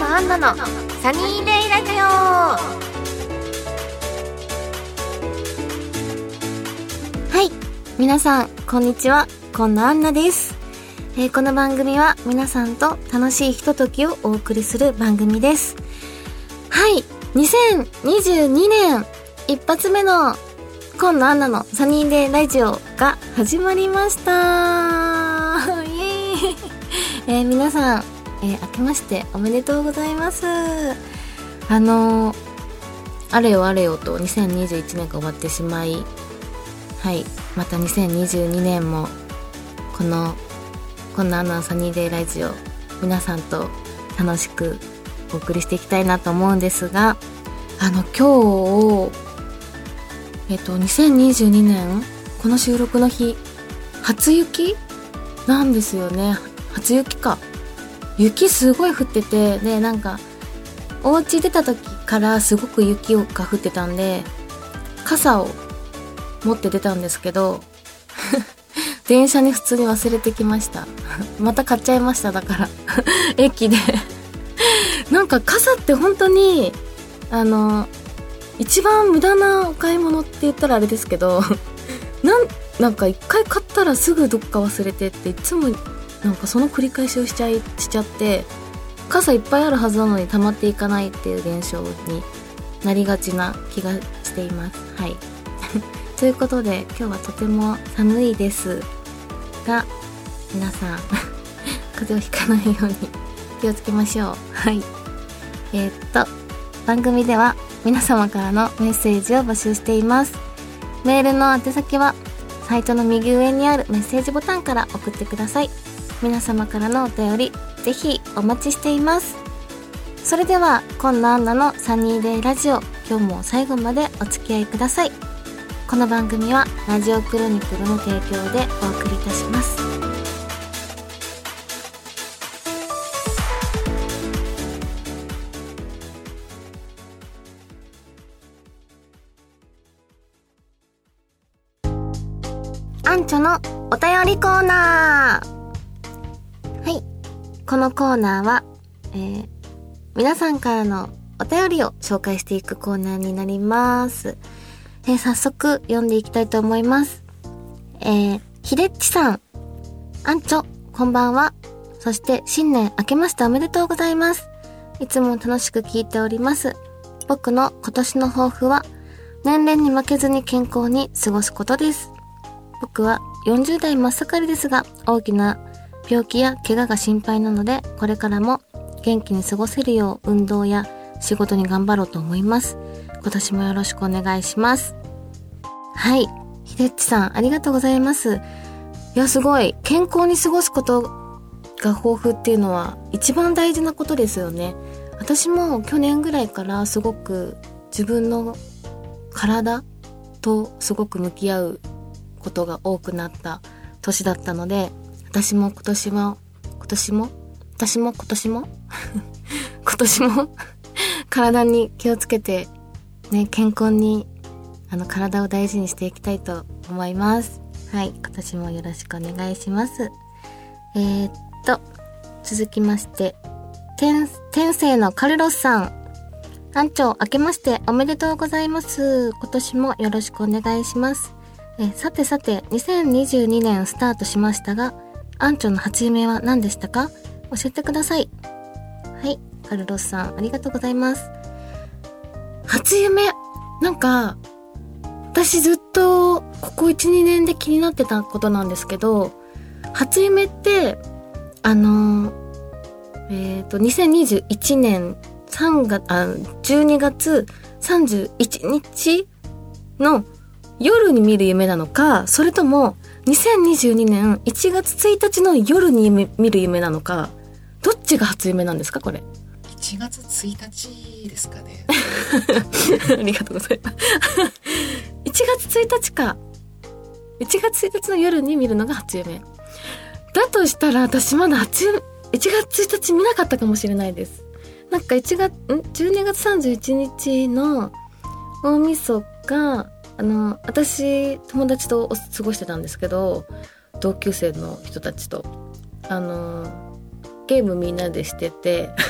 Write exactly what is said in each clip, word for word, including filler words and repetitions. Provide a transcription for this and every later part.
アンナのサニーデイラジオ。はい、皆さんこんにちは、今野アンナです。えー、この番組は皆さんと楽しいひとときをお送りする番組です。はい、にせんにじゅうにねん一発目の今野アンナのサニーデイラジオが始まりました。イエーイ、えー、皆さん、えー、明けましておめでとうございます。あのー、あれよあれよとにせんにじゅういちねんが終わってしまい、はい、またにせんにじゅうにねんもこの今野アンナのサニーデイラジオ、皆さんと楽しくお送りしていきたいなと思うんですが、あの今日えっとにせんにじゅうにねんこの収録の日初雪なんですよね。初雪か。雪すごい降ってて、でなんかお家出た時からすごく雪が降ってたんで傘を持って出たんですけど電車に普通に忘れてきましたまた買っちゃいました。だから駅でなんか傘って本当にあの一番無駄なお買い物って言ったらあれですけどなんなんか一回買ったらすぐどっか忘れてっていつもなんかその繰り返しをしちゃいしちゃって、傘いっぱいあるはずなのに溜まっていかないっていう現象になりがちな気がしています。はいということで今日はとても寒いですが、皆さん風邪をひかないように気をつけましょう。はい、えー、っと番組では皆様からのメッセージを募集しています。メールの宛先はサイトの右上にあるメッセージボタンから送ってください。皆様からのお便りぜひお待ちしています。それでは今野アンナのサニーデイラジオ、今日も最後までお付き合いください。この番組はラジオクロニクルの提供でお送りいたします。アンチョのお便りコーナー。はい、このコーナーは、えー、皆さんからのお便りを紹介していくコーナーになります。えー、早速読んでいきたいと思います。えー、ひでっちさん、アンチョこんばんは。そして新年明けましておめでとうございます。いつも楽しく聞いております。僕の今年の抱負は年齢に負けずに健康に過ごすことです。僕はよんじゅう代真っ盛りですが、大きな病気や怪我が心配なので、これからも元気に過ごせるよう運動や仕事に頑張ろうと思います。今年もよろしくお願いします。はい、ひでっちさんありがとうございます。いやすごい、健康に過ごすことが抱負っていうのは一番大事なことですよね。私も去年ぐらいからすごく自分の体とすごく向き合うことが多くなった年だったので、私も今年も今年も私も今年も今年も体に気をつけてね、健康にあの体を大事にしていきたいと思います。はい、今年もよろしくお願いします。えー、っと続きまして天天性のカルロスさん、アンチョ明けましておめでとうございます。今年もよろしくお願いします。えさてさてにせんにじゅうにねんスタートしましたが、アンチョの初夢は何でしたか？教えてください。はい、カルロスさんありがとうございます。初夢、なんか私ずっとここ いちにねんで気になってたことなんですけど、初夢ってあのえっとにせんにじゅういちねんさんがつあじゅうにがつさんじゅういちにちの夜に見る夢なのか、それともにせんにじゅうにねんいちがつついたちの夜に見る夢なのか、どっちが初夢なんですかこれ？ いちがつついたちですかねありがとうございますいちがつついたちか。いちがつついたちの夜に見るのが初夢だとしたら、私まだ初夢いちがつついたち見なかったかもしれないです。なんかいちがつんじゅうにがつさんじゅういちにちの大晦日、あの私友達と過ごしてたんですけど、同級生の人たちとあのゲームみんなでしてて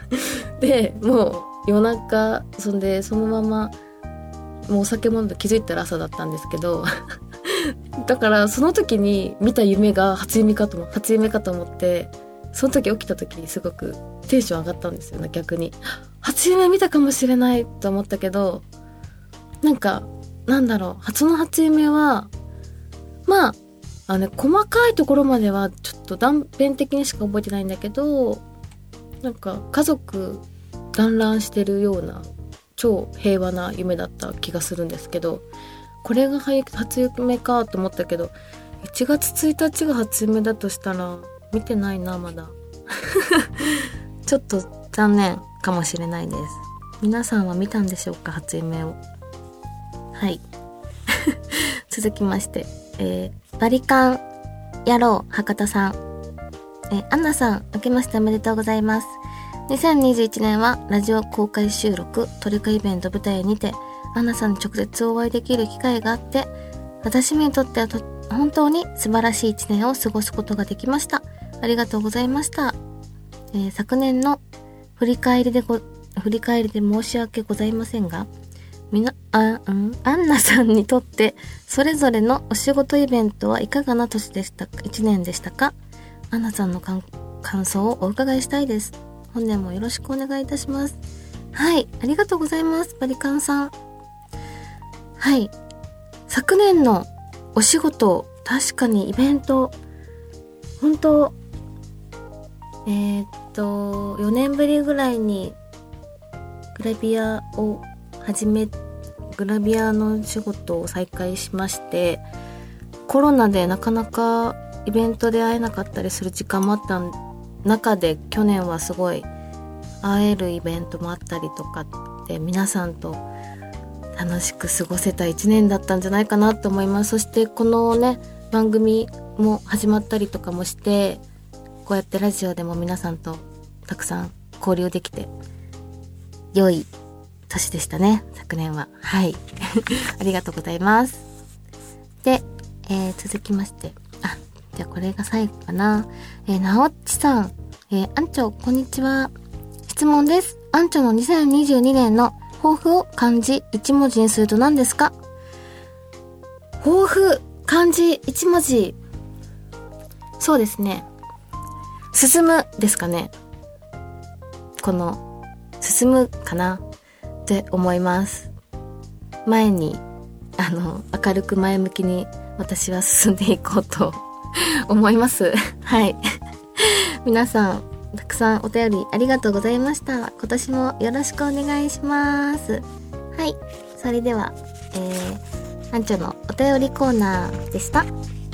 でもう夜中そんでそのままもうお酒飲んで気づいたら朝だったんですけどだからその時に見た夢が初夢かとも初夢かと思って、その時起きた時にすごくテンション上がったんですよね。逆に初夢見たかもしれないと思ったけど、なんかなんだろう、初の初夢はまああの、ね、細かいところまではちょっと断片的にしか覚えてないんだけど、なんか家族団らんしてるような超平和な夢だった気がするんですけど、これが初夢かと思ったけど、いちがつついたちが初夢だとしたら見てないなまだちょっと残念かもしれないです。皆さんは見たんでしょうか、初夢を。はい続きまして、えー、バリカン野郎博多さん、えー、アンナさん明けましておめでとうございます。にせんにじゅういちねんはラジオ公開収録トリカイベント舞台にてアンナさんに直接お会いできる機会があって、私にとってはと本当に素晴らしいいちねんを過ごすことができました。ありがとうございました。えー、昨年の振り返りでご振り返りで申し訳ございませんが、みなあ、うん、アンナさんにとってそれぞれのお仕事イベントはいかがな年でしたか、いちねんでしたか。アンナさんの感想をお伺いしたいです。本年もよろしくお願いいたします。はい、ありがとうございます、バリカンさん。はい、昨年のお仕事、確かにイベント本当えー、っとよねんぶりぐらいにグラビアを始めグラビアの仕事を再開しまして、コロナでなかなかイベントで会えなかったりする時間もあった中で、去年はすごい会えるイベントもあったりとかで、皆さんと楽しく過ごせたいちねんだったんじゃないかなと思います。そしてこのね番組も始まったりとかもして、こうやってラジオでも皆さんとたくさん交流できて良い年でしたね、昨年は。はいありがとうございます。で、えー、続きまして、あ、じゃあこれが最後かな。えー、なおっちさん、えー、アンチョこんにちは。質問です。アンチョのにせんにじゅうにねんの抱負を漢字いち文字にすると何ですか？抱負漢字いち文字、そうですね、進むですかね。この進むかなって思います。前にあの明るく前向きに私は進んでいこうと思いますはい皆さんたくさんお便りありがとうございました。今年もよろしくお願いします。はい、それでは、えー、アンチョのお便りコーナーでした。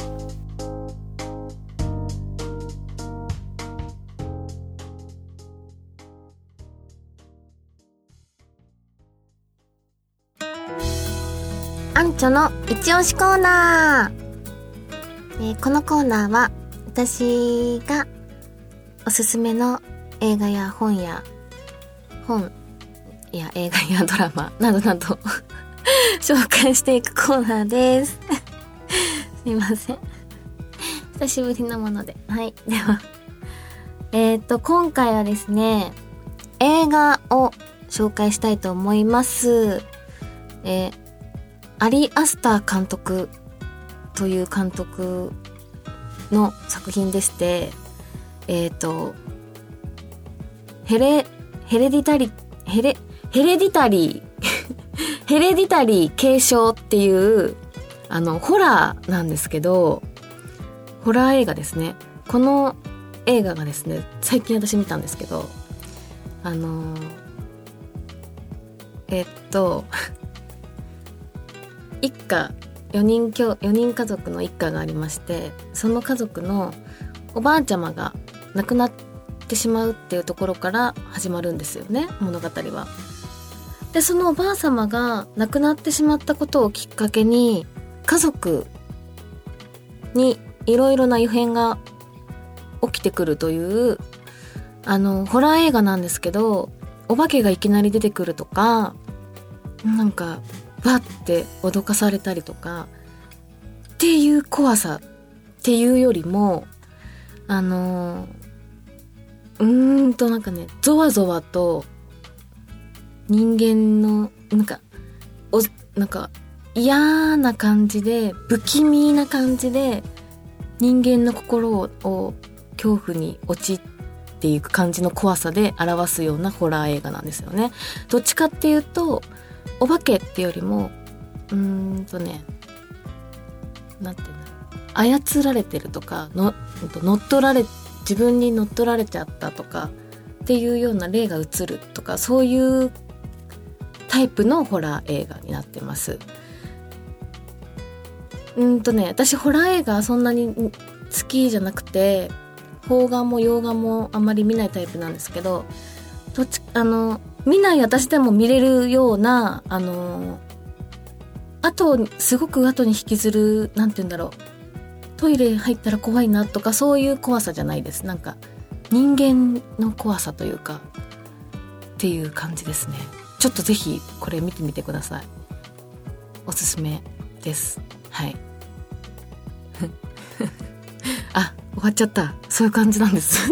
アンチョの一押しコーナー、えー、このコーナーは私がおすすめの映画や本や本や映画やドラマなどなど紹介していくコーナーですすいません、久しぶりなもので。はい、ではえっと今回はですね、映画を紹介したいと思います。えー、アリ・アスター監督という監督の作品でして、えっとヘレヘレディタリヘレヘレディタリーヘレディタリー継承っていうあのホラーなんですけど、ホラー映画ですね。この映画がですね、最近私見たんですけど、あのえっと一家よにんきょよにん家族の一家がありまして、その家族のおばあちゃまが亡くなってしまうっていうところから始まるんですよね、物語は。でそのおばあさまが亡くなってしまったことをきっかけに、家族にいろいろな異変が起きてくるというあのホラー映画なんですけど、お化けがいきなり出てくるとか、なんかわって脅かされたりとかっていう怖さっていうよりも、あのうーんとなんかねゾワゾワと人間のなんかおなんか嫌な感じで不気味な感じで人間の心を、を恐怖に陥っていく感じの怖さで表すようなホラー映画なんですよね。どっちかっていうとお化けってよりもうーんとねなんていうんだろう操られてるとかの乗っ取られ自分に乗っ取られちゃったとかっていうような霊が映るとかそういうタイプのホラー映画になってます。うんとね私ホラー映画そんなに好きじゃなくて邦画も洋画もあんまり見ないタイプなんですけどどっちあの見ない私でも見れるようなあの後すごく後に引きずるなんて言うんだろうトイレ入ったら怖いなとかそういう怖さじゃないです。なんか人間の怖さというかっていう感じですね。ちょっとぜひこれ見てみてください。おすすめです。はいあ終わっちゃった。そういう感じなんです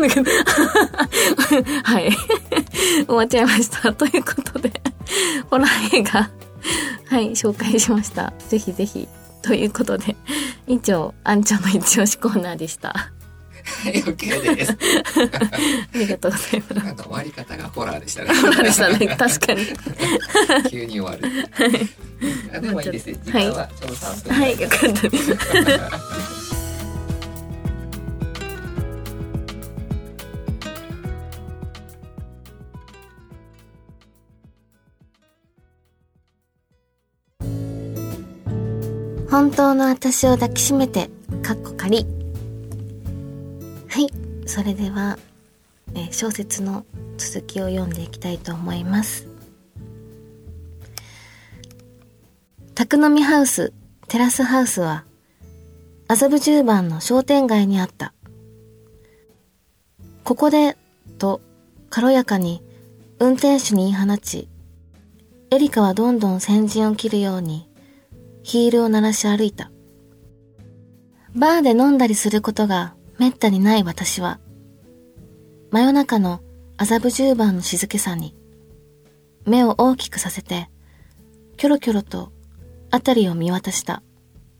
はい終わっちゃいましたということでホラー映画はい紹介しました。ぜひぜひということで以上あんちゃんの一押しコーナーでした。 はい、OK です。 ありがとうございます。 なんか終わり方がホラーでしたね。 ホラーでしたね。確かに。 急に終わる。あでもいいですね。時間はちょうどさんぷん。 はい、よかったです。本当の私を抱きしめて、かっこ仮。はい、それでは、えー、小説の続きを読んでいきたいと思います。宅飲みハウス、テラスハウスは、麻布十番の商店街にあった。ここで、と、軽やかに、運転手に言い放ち、エリカはどんどん先陣を切るように、ヒールを鳴らし歩いた。バーで飲んだりすることがめったにない私は、真夜中の麻布十番の静けさに、目を大きくさせて、キョロキョロと辺りを見渡した。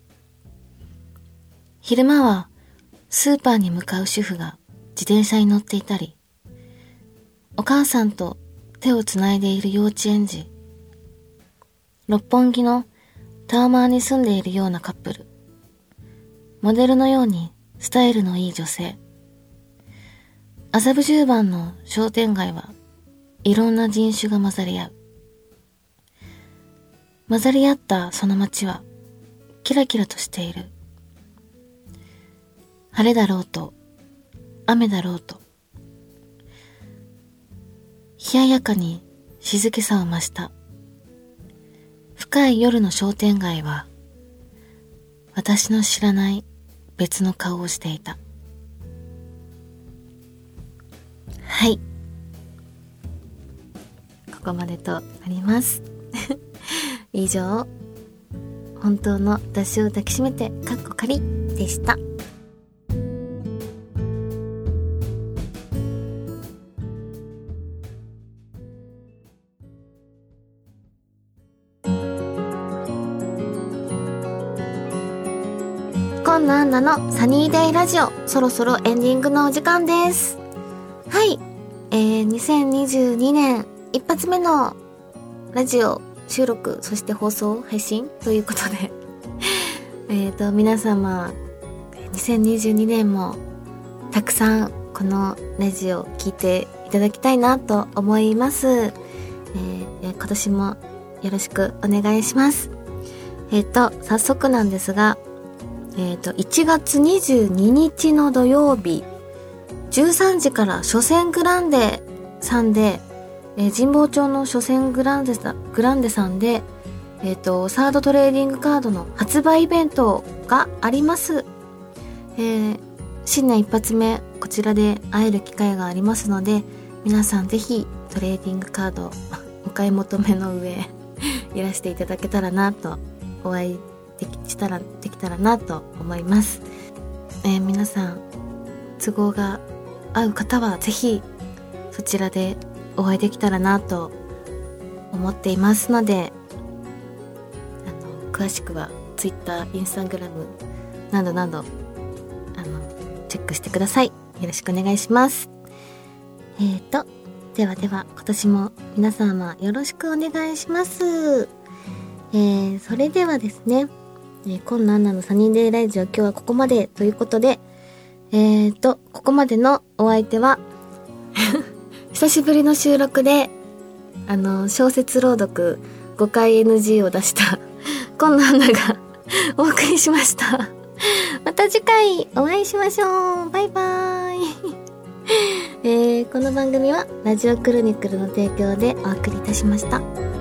昼間はスーパーに向かう主婦が自転車に乗っていたり、お母さんと手をつないでいる幼稚園児、六本木のタワマンに住んでいるようなカップル、モデルのようにスタイルのいい女性。麻布十番の商店街はいろんな人種が混ざり合う。混ざり合ったその街はキラキラとしている。晴れだろうと雨だろうと、冷ややかに静けさを増した深い夜の商店街は、私の知らない別の顔をしていた。はい。ここまでとなります。以上、本当の私を抱きしめて、かっこ仮でした。こんなあんなのサニーデイラジオ、そろそろエンディングのお時間です。はい、えー、にせんにじゅうにねん一発目のラジオ収録、そして放送配信ということでえっと皆様にせんにじゅうにねんもたくさんこのラジオ聞いていただきたいなと思います。えー、今年もよろしくお願いします。えっと早速なんですが、えっといちがつにじゅうににちの土曜日じゅうさんじから書店グランデさんで、えー、神保町の書店グランデさグランデさんで、えっとサードトレーディングカードの発売イベントがあります。えー、新年一発目こちらで会える機会がありますので、皆さんぜひトレーディングカードお買い求めの上いらしていただけたらなと、お会いできしたらできたらなと思います。えー、皆さん都合が合う方はぜひそちらでお会いできたらなと思っていますので、あの詳しくは Twitter、Instagram などなどあのチェックしてください。よろしくお願いします。えーとではでは今年も皆様よろしくお願いします。えー、それではですね、えー、今野アンナのサニーデイラジオ、今日はここまでということで、えーとここまでのお相手は久しぶりの収録であの小説朗読ごかい エヌジー を出した今野アンナがお送りしました。また次回お会いしましょう。バイバーイ。えー、この番組はラジオクロニクルの提供でお送りいたしました。